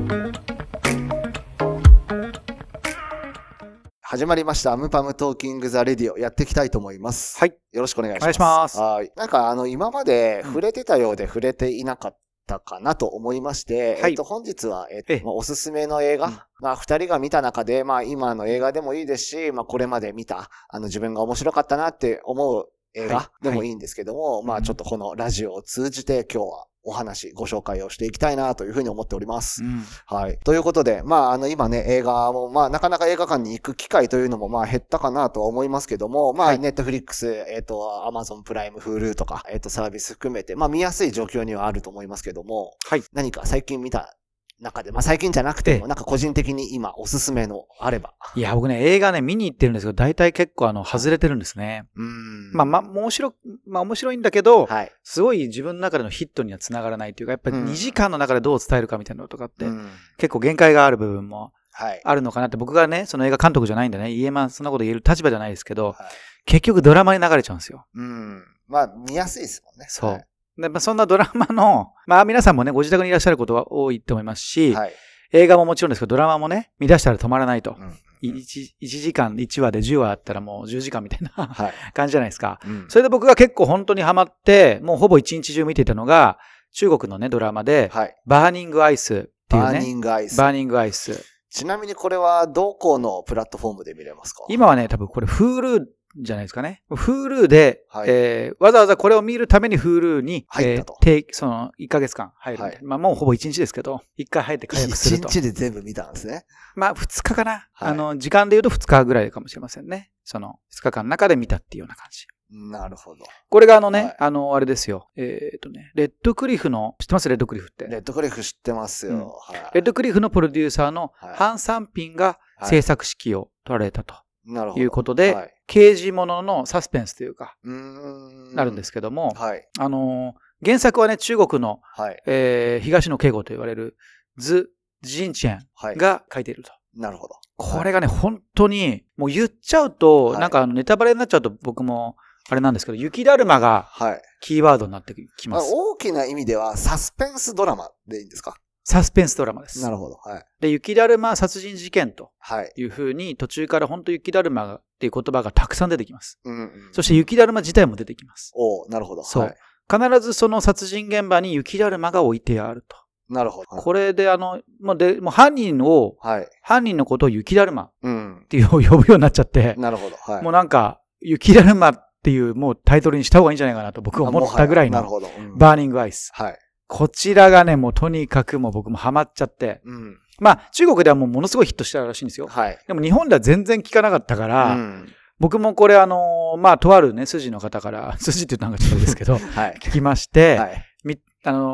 始まりました。アムパムトーキングザレディオやっていきたいと思います。 はい。 よろしくお願いします。 お願いします。 はい。なんか今まで触れてたようで触れていなかったかなと思いまして、 はい。 本日は、おすすめの映画、二人が見た中で、今の映画でもいいですし、これまで見た、自分が面白かったなって思う映画でもいいんですけども、ちょっとこのラジオを通じて今日はお話、ご紹介をしていきたいなというふうに思っております。はい。ということで、今ね、映画も、なかなか映画館に行く機会というのも、減ったかなとは思いますけども、ネットフリックス、アマゾンプライム、フールーとか、サービス含めて、見やすい状況にはあると思いますけども、 はい。 何か最近見た中で、最近じゃなくても、なんか個人的に今おすすめのあれば。 いや、僕ね、映画ね、見に行ってるんですけど、大体結構外れてるんですね。面白いんだけど、はい、すごい自分の中でのヒットにはつながらないというか、やっぱり2時間の中でどう伝えるかみたいなのとかって、結構限界がある部分もあるのかなって、僕がね、その映画監督じゃないんでね、そんなこと言える立場じゃないですけど、はい、結局ドラマに流れちゃうんですよ。 見やすいですもんね。 そう。はいでそんなドラマの、皆さんもね、ご自宅にいらっしゃることが多いと思いますし、はい、映画ももちろんですけど、ドラマもね、見出したら止まらないと。1時間、1話で10話あったらもう10時間みたいな、はい、感じじゃないですか。それで僕が結構本当にハマって、もうほぼ一日中見ていたのが、中国のね、ドラマで、はい、バーニングアイスっていうね。バーニングアイス。 ちなみにこれはどこのプラットフォームで見れますか？ 今はね、多分これ Huluじゃないですかね。Hulu で、はいわざわざこれを見るために Hulu に入ったと。 その1ヶ月間入るみたいな。もうほぼ1日ですけど、1回入って解約すると。 1日で全部見たんですね。 2日かな。はい、時間で言うと2日ぐらいかもしれませんね。その2日間の中で見たっていうような感じ。 なるほど。 これがはい、あれですよ。レッドクリフの、知ってますレッドクリフって。 レッドクリフ知ってますよ。 はい、レッドクリフのプロデューサーのハン・サンピンが制作指揮を取られたと。いうことで、はい、刑事もののサスペンスというか、なるんですけども、はい、原作はね、中国の、はい東野圭吾と言われるズ・ジンチェンが書いていると。 なるほど。 これがね、本当に、もう言っちゃうと、はい、なんかネタバレになっちゃうと僕も、あれなんですけど、雪だるまが、キーワードになってきます。 大きな意味では、サスペンスドラマでいいんですか？ サスペンスドラマです。 なるほど。はい。 で、雪だるま殺人事件というふうに、途中から本当雪だるまっていう言葉がたくさん出てきます。そして雪だるま自体も出てきます。 なるほど。 そう。はい、必ずその殺人現場に雪だるまが置いてあると。 なるほど。 これでもう犯人のことを雪だるまっていう呼ぶようになっちゃって。 なるほど。はい。 もうなんか、雪だるまっていうもうタイトルにした方がいいんじゃないかなと僕は思ったぐらいのバーニングアイス。はい。こちらがね、もうとにかくもう僕もハマっちゃって。中国ではものすごいヒットしたらしいんですよ。はい。でも日本では全然聞かなかったから、僕もこれとあるね、筋の方から、筋って言うとなんかちょっとですけど、はい、聞きまして、はい、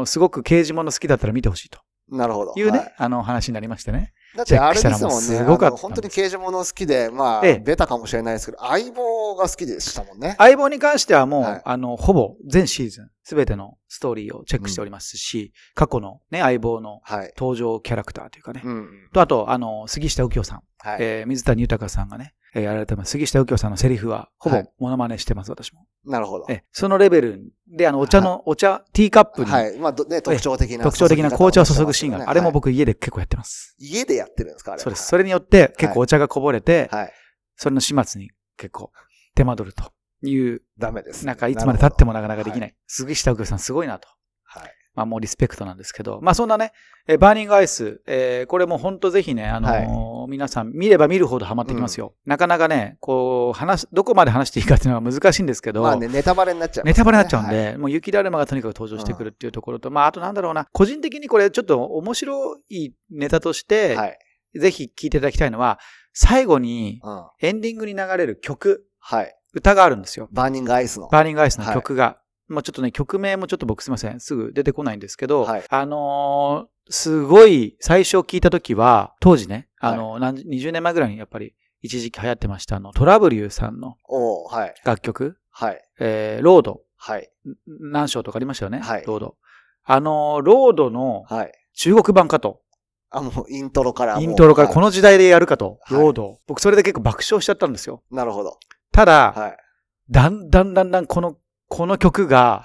すごく刑事物好きだったら見てほしいと。 なるほど。 いうね、話になりましてね。 だってあれですもんね。本当に刑事物好きで、ベタかもしれないですけど、相棒が好きでしたもんね。 相棒に関してはもう、ほぼ全シーズン、すべてのストーリーをチェックしておりますし、過去のね、相棒の登場キャラクターというかね。あと、杉下右京さん。水谷豊さんがね、やられてます。杉下右京さんのセリフは、ほぼモノマネしてます、私も。 なるほど。 そのレベルで、ティーカップに。 はい。特徴的な紅茶を注ぐシーンが、あれも僕家で結構やってます。 家でやってるんですか？あれ。 そうです。それによって結構お茶がこぼれて、それの始末に結構手間取るという。 ダメです。 なんかいつまで経ってもなかなかできない。杉下右京さんすごいなと。はい。もうリスペクトなんですけど。そんなね、バーニングアイス、これも本当ぜひね、皆さん見れば見るほどハマってきますよ。なかなかね、どこまで話していいかっていうのは難しいんですけど。 ネタバレになっちゃう。 ネタバレになっちゃうんで、もう雪だるまがとにかく登場してくるっていうところと、あとなんだろうな、個人的にこれちょっと面白いネタとして、ぜひ聴いていただきたいのは、最後にエンディングに流れる曲、歌があるんですよ。 バーニングアイスの曲が。もうちょっとね、曲名もちょっと僕すいません。すぐ出てこないんですけど、すごい最初聞いたときは、当時ね、20年前ぐらいにやっぱり一時期流行ってましたトラブリューさんの楽曲、ロード、何章とかありましたよね、ロード。ロードの中国版かと。 もうイントロからこの時代でやるかと、ロード。僕それで結構爆笑しちゃったんですよ。 なるほど。 ただ、だんだんこの曲が、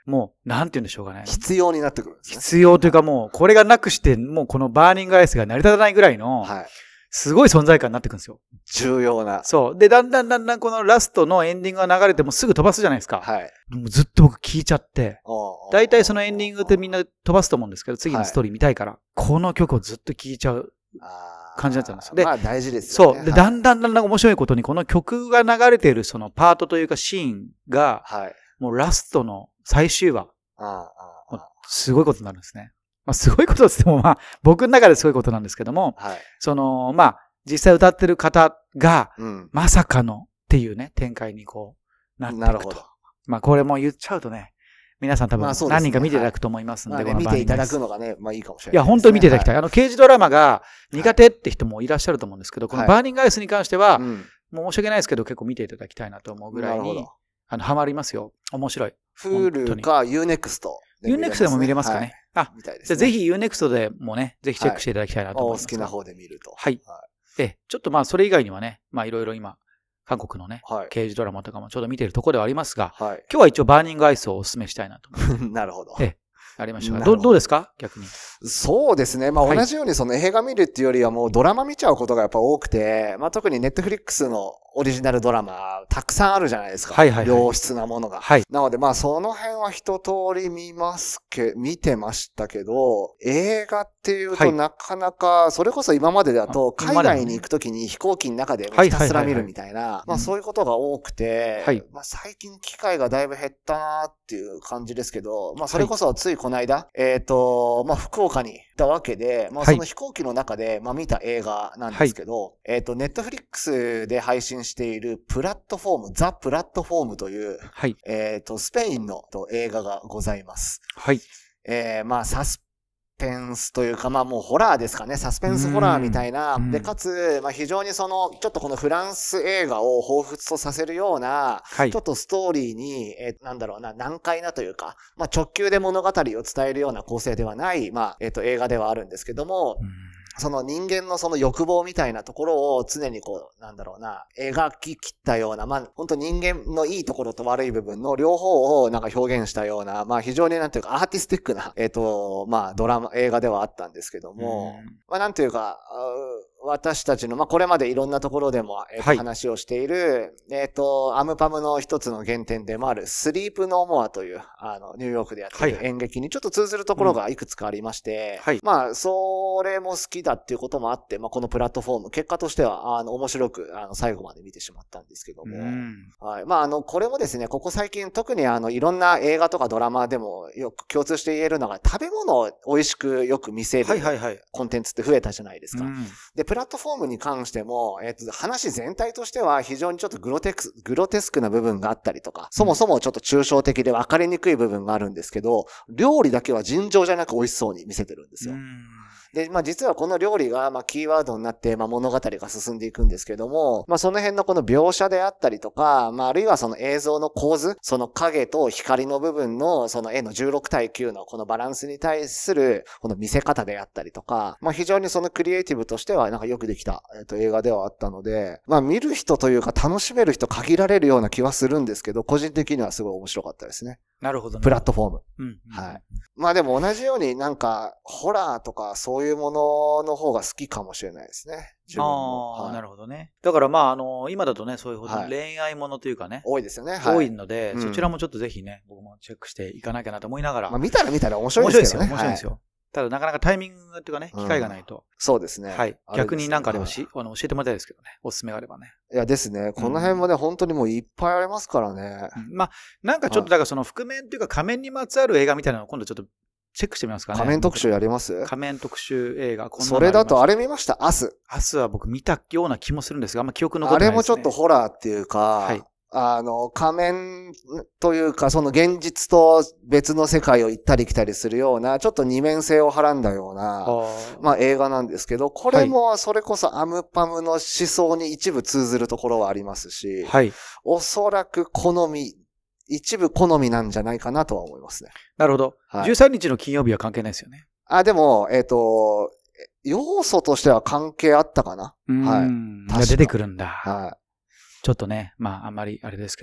もう、なんて言うんでしょうかね。 必要になってくるんですね。 必要というかもう、これがなくして、もうこのバーニングアイスが成り立たないぐらいの、はい。すごい存在感になってくるんですよ。 重要な。 そう。で、だんだんこのラストのエンディングが流れてもすぐ飛ばすじゃないですか。はい。もうずっと僕聞いちゃって。だいたいそのエンディングってみんな飛ばすと思うんですけど、次のストーリー見たいから、はい、この曲をずっと聴いちゃう感じになっちゃうんですよ。で、 まあ大事ですよね。 そう。で、だんだん面白いことに、この曲が流れているそのパートというかシーンが、はい、もうラストの最終話、すごいことになるんですね。まあ、すごいことって言っても、まあ、僕の中ですごいことなんですけども、はい、まあ、実際歌ってる方が、まさかのっていうね、展開にこう、なっていくと。なるほど。まあ、これも言っちゃうとね、皆さん多分何人か見ていただくと思いますので、 見ていただくのがね、まあいいかもしれない、 いや、本当に見ていただきたい。刑事ドラマが苦手って人もいらっしゃると思うんですけど、このバーニングアイスに関しては、もう申し訳ないですけど、結構見ていただきたいなと思うぐらいに、ハマりますよ。面白い。 Hulu か Unext。 Unext でも見れますかね。じゃあぜひ Unext でもね、ぜひチェックしていただきたいなと思います。 お好きな方で見ると。 はい。ちょっとまあそれ以外にはね、まあいろいろ今、韓国のね、刑事ドラマとかもちょうど見ているところではありますが、今日は一応バーニングアイスをお勧めしたいなと思います。 なるほど。 ありましょう。どうですか逆に。 そうですね。まあ同じようにその映画見るっていうよりはもうドラマ見ちゃうことがやっぱ多くて、まあ特にネットフリックスのオリジナルドラマたくさんあるじゃないですか。良質なものが。なのでまあその辺は一通り見てましたけど、映画っていうとなかなか、それこそ今までだと海外に行くときに飛行機の中でひたすら見るみたいな、まあそういうことが多くて、まあ最近機会がだいぶ減ったなっていう感じですけど、まあそれこそついこの間、まあ福岡に行ったわけで、まあその飛行機の中で、まあ見た映画なんですけど、ネットフリックスで配信しているプラットフォーム、ザ・プラットフォームという、スペインの映画がございます。はい。まあサスペンスというか、まあもうホラーですかね。サスペンスホラーみたいな。で、かつ、まあ非常にちょっとこのフランス映画を彷彿とさせるような、ちょっとストーリーに、難解なというか、まあ直球で物語を伝えるような構成ではない、まあ、映画ではあるんですけども、その人間のその欲望みたいなところを常にこう、描き切ったような、まあ、本当人間のいいところと悪い部分の両方を表現したような、まあ非常にアーティスティックな、まあ映画ではあったんですけども、まあ私たちの、まあ、これまでいろんなところでも、話をしている、アムパムの一つの原点でもある、スリープノーモアという、ニューヨークでやっている演劇にちょっと通ずるところがいくつかありまして、まあ、それも好きだっていうこともあって、まあ、このプラットフォーム、結果としては、面白く、最後まで見てしまったんですけども、はい。まあ、これもですね、ここ最近、特にいろんな映画とかドラマでもよく共通して言えるのが、食べ物を美味しくよく見せるコンテンツって増えたじゃないですか。で、プラットフォームに関しても、話全体としては非常にちょっとグロテスクな部分があったりとか、そもそもちょっと抽象的で分かりにくい部分があるんですけど、料理だけは尋常じゃなく美味しそうに見せてるんですよ。で、まあ実はこの料理が、まあキーワードになって、まあ物語が進んでいくんですけども、まあその辺のこの描写であったりとか、まああるいはその映像の構図、その影と光の部分のその絵の16対9のこのバランスに対するこの見せ方であったりとか、まあ非常にそのクリエイティブとしてはよくできた、映画ではあったので、まあ見る人というか楽しめる人限られるような気はするんですけど、個人的にはすごい面白かったですね。 なるほどね。 プラットフォーム。はい。まあでも同じようにホラーとかそういうものの方が好きかもしれないですね。自分も。 なるほどね。だからまあ今だとね、そういう恋愛ものというかね。 多いですよね。 多いので、そちらもちょっとぜひね、僕もチェックしていかなきゃなと思いながら。 まあ見たら面白いですよね。 面白いですよ。ただなかなかタイミングっていうかね、機会がないと。 そうですね。 はい。逆になんかあれば教えてもらいたいですけどね。おすすめがあればね。 いやですね。この辺もね、本当にもういっぱいありますからね。 まあ、なんかちょっとだからその覆面っていうか仮面にまつわる映画みたいなのを今度ちょっとチェックしてみますかね。 仮面特集やります？ 仮面特集映画。 それだとあれ見ました？アス。 アスは僕見たような気もするんですが、あんま記憶残ってないですね。 あれもちょっとホラーっていうか、はい。仮面というか、その現実と別の世界を行ったり来たりするような、ちょっと二面性をはらんだような、まあ映画なんですけど、これもそれこそアムパムの思想に一部通ずるところはありますし、はい。おそらく一部好みなんじゃないかなとは思いますね。 なるほど。はい、13日の金曜日は関係ないですよね。 でも、要素としては関係あったかな。はい。 出てくるんだ。はい。ちょっとね、まあ、あんまりあれですけども。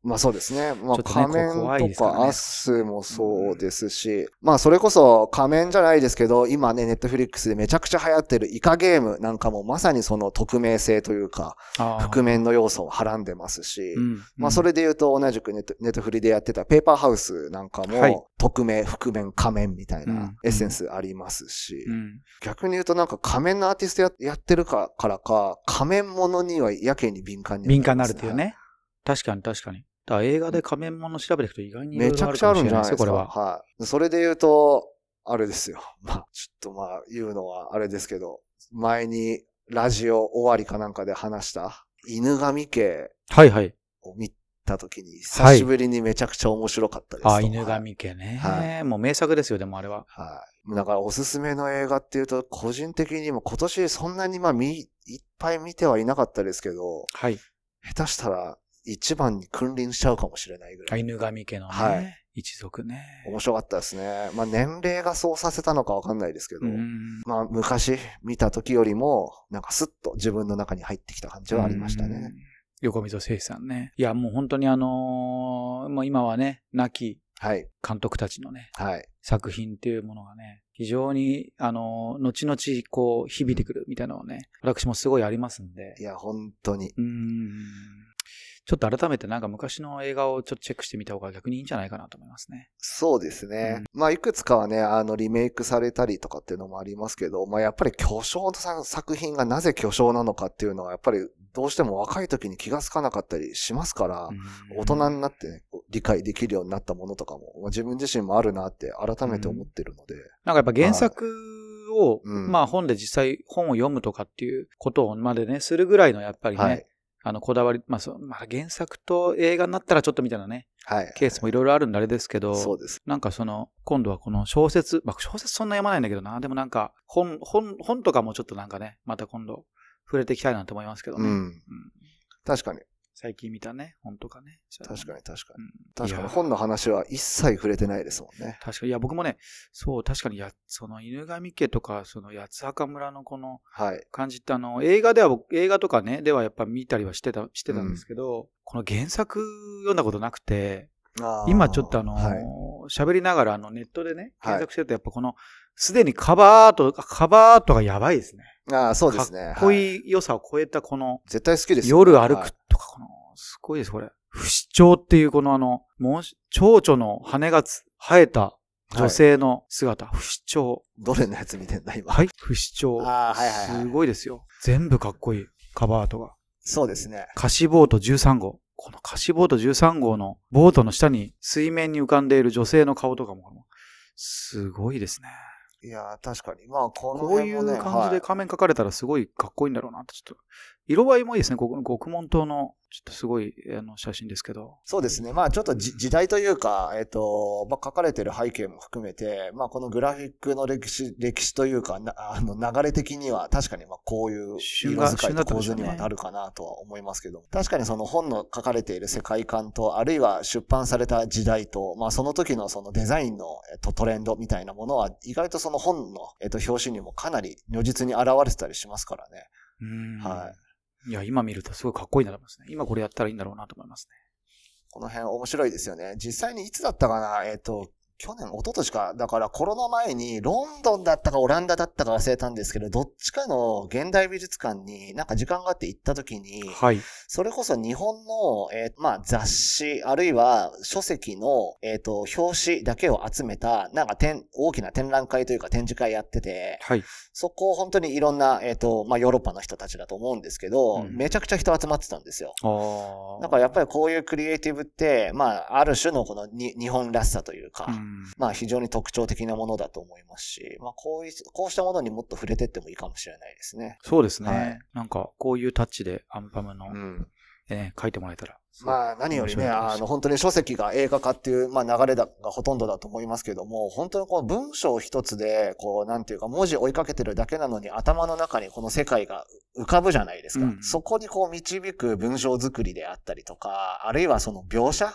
まあそうですね。まあ仮面とかアスもそうですし、まあそれこそ仮面じゃないですけど、今ね、ネットフリックスでめちゃくちゃ流行ってるイカゲームなんかもまさにその匿名性というか、覆面の要素をはらんでますし、まあそれで言うと同じくネットフリでやってたペーパーハウスなんかも、匿名、覆面、仮面みたいなエッセンスありますし、逆に言うとなんか仮面のアーティストやってるからか、仮面ものにはやけに敏感になるっていうね。確かに。だから映画で仮面もの調べていくと意外にめちゃくちゃあるんじゃないですか。これは。はい。それで言うと、あれですよ。まあ、ちょっと言うのはあれですけど、前にラジオ終わりかなんかで話した犬神家を見たときに、久しぶりにめちゃくちゃ面白かったです。 犬神家ね、はい。もう名作ですよ、でもあれは。 はい。だからおすすめの映画っていうと、個人的にも今年そんなにいっぱい見てはいなかったですけど、 はい。 下手したら一番に君臨しちゃうかもしれないぐらい。 犬神家のね、一族ね。 面白かったですね。まあ年齢がそうさせたのかわかんないですけど、まあ昔見た時よりも、なんかスッと自分の中に入ってきた感じはありましたね。 横溝正史さんね。いやもう本当にもう今はね、亡き監督たちのね、作品っていうものがね、非常に後々こう響いてくるみたいなのはね、私もすごいありますんで。 いや本当に。 ちょっと改めてなんか昔の映画をちょっとチェックしてみた方が逆にいいんじゃないかなと思いますね。 そうですね。まあいくつかはね、リメイクされたりとかっていうのもありますけど、まあやっぱり巨匠の作品がなぜ巨匠なのかっていうのはやっぱりどうしても若い時に気がつかなかったりしますから、大人になってね、理解できるようになったものとかも、まあ、自分自身もあるなって改めて思ってるので。なんかやっぱ原作を、まあ本で実際本を読むとかっていうことまでね、するぐらいのやっぱりね、こだわり、まあ原作と映画になったらちょっとみたいなね、ケースもいろいろあるんであれですけど、 そうです。 なんか今度はこの小説、まあ小説そんな読まないんだけどな、でもなんか本とかもちょっとなんかね、また今度触れていきたいなと思いますけどね。 確かに。 最近見たね、本とかね。 確かに。確かに本の話は一切触れてないですもんね。 確かに。いや、僕もね、そう、確かにその犬神家とか、その八幡村のこの感じって、映画とかね、ではやっぱ見たりはしてたんですけど、この原作読んだことなくて、今ちょっと喋りながらネットでね、検索してるとやっぱすでにカバーアートがやばいですね。 そうですね。 かっこいい良さを超えた絶対好きですよ。夜歩くとかすごいです、これ。不死鳥っていう蝶々の羽が生えた女性の姿、不死鳥。 どれのやつ見てんだ、今。 はい、不死鳥。すごいですよ。全部かっこいい、カバーアートが。 そうですね。 貸しボート13号。この貸しボート13号のボートの下に水面に浮かんでいる女性の顔とかも、すごいですね。 いや確かに。まあ、こういう感じで仮面描かれたらすごいかっこいいんだろうなって、ちょっと。色合いもいいですね。極門島の、ちょっとすごい、写真ですけど。 そうですね。まあ、ちょっと時代というか、まあ、書かれてる背景も含めて、まあ、このグラフィックの歴史というか、流れ的には、確かに、まあ、こういう色使いと構図にはなるかなとは思いますけど、確かにその本の書かれている世界観と、あるいは出版された時代と、まあ、その時のそのデザインの、トレンドみたいなものは、意外とその本の、表紙にもかなり如実に現れてたりしますからね。はい。 いや、今見るとすごいかっこいいなと思いますね。今これやったらいいんだろうなと思いますね。 この辺面白いですよね。実際にいつだったかな去年、一昨年か。だからコロナ前にロンドンだったかオランダだったか忘れたんですけど、どっちかの現代美術館になんか時間があって行った時に、それこそ日本の、まあ雑誌、あるいは書籍の、表紙だけを集めた、なんか大きな展覧会というか展示会やってて、そこを本当にいろんな、まあヨーロッパの人たちだと思うんですけど、めちゃくちゃ人集まってたんですよ。だからやっぱりこういうクリエイティブって、まあある種のこの日本らしさというか、まあ非常に特徴的なものだと思いますし、まあこうしたものにもっと触れてってもいいかもしれないですね。 そうですね。なんかこういうタッチでアンパムの、書いてもらえたら。 まあ何よりね、本当に書籍が映画化っていう、まあ流れがほとんどだと思いますけども、本当にこの文章一つで、なんていうか文字追いかけてるだけなのに頭の中にこの世界が浮かぶじゃないですか。そこに導く文章作りであったりとか、あるいはその描写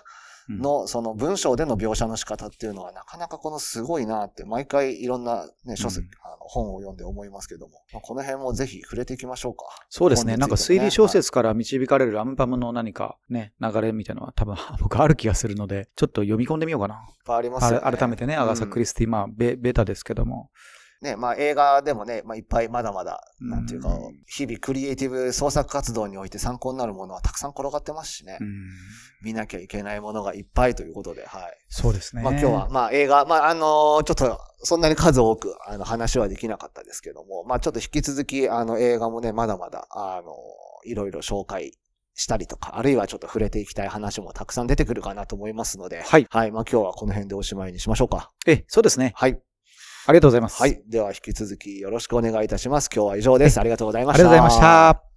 の、その文章での描写の仕方っていうのはなかなかこのすごいなって、毎回いろんなね、書籍、本を読んで思いますけども、この辺もぜひ触れていきましょうか。 そうですね。なんか推理小説から導かれるアムパムの何かね、流れみたいなのは多分僕ある気がするので、ちょっと読み込んでみようかな。 いっぱいありますよね。 改めてね、アガサ・クリスティ、まあ、ベータですけども。 ね、まあ映画でもね、まあいっぱいまだまだ、なんていうか、日々クリエイティブ創作活動において参考になるものはたくさん転がってますしね。見なきゃいけないものがいっぱいということで、はい。 そうですね。 まあ今日は、まあ映画、まあちょっと、そんなに数多く、話はできなかったですけども、まあちょっと引き続き、映画もね、まだまだ、いろいろ紹介したりとか、あるいはちょっと触れていきたい話もたくさん出てくるかなと思いますので、はい。はい。まあ今日はこの辺でおしまいにしましょうか。 そうですね。 はい。 ありがとうございます。 はい。では引き続きよろしくお願いいたします。今日は以上です。ありがとうございました。 ありがとうございました。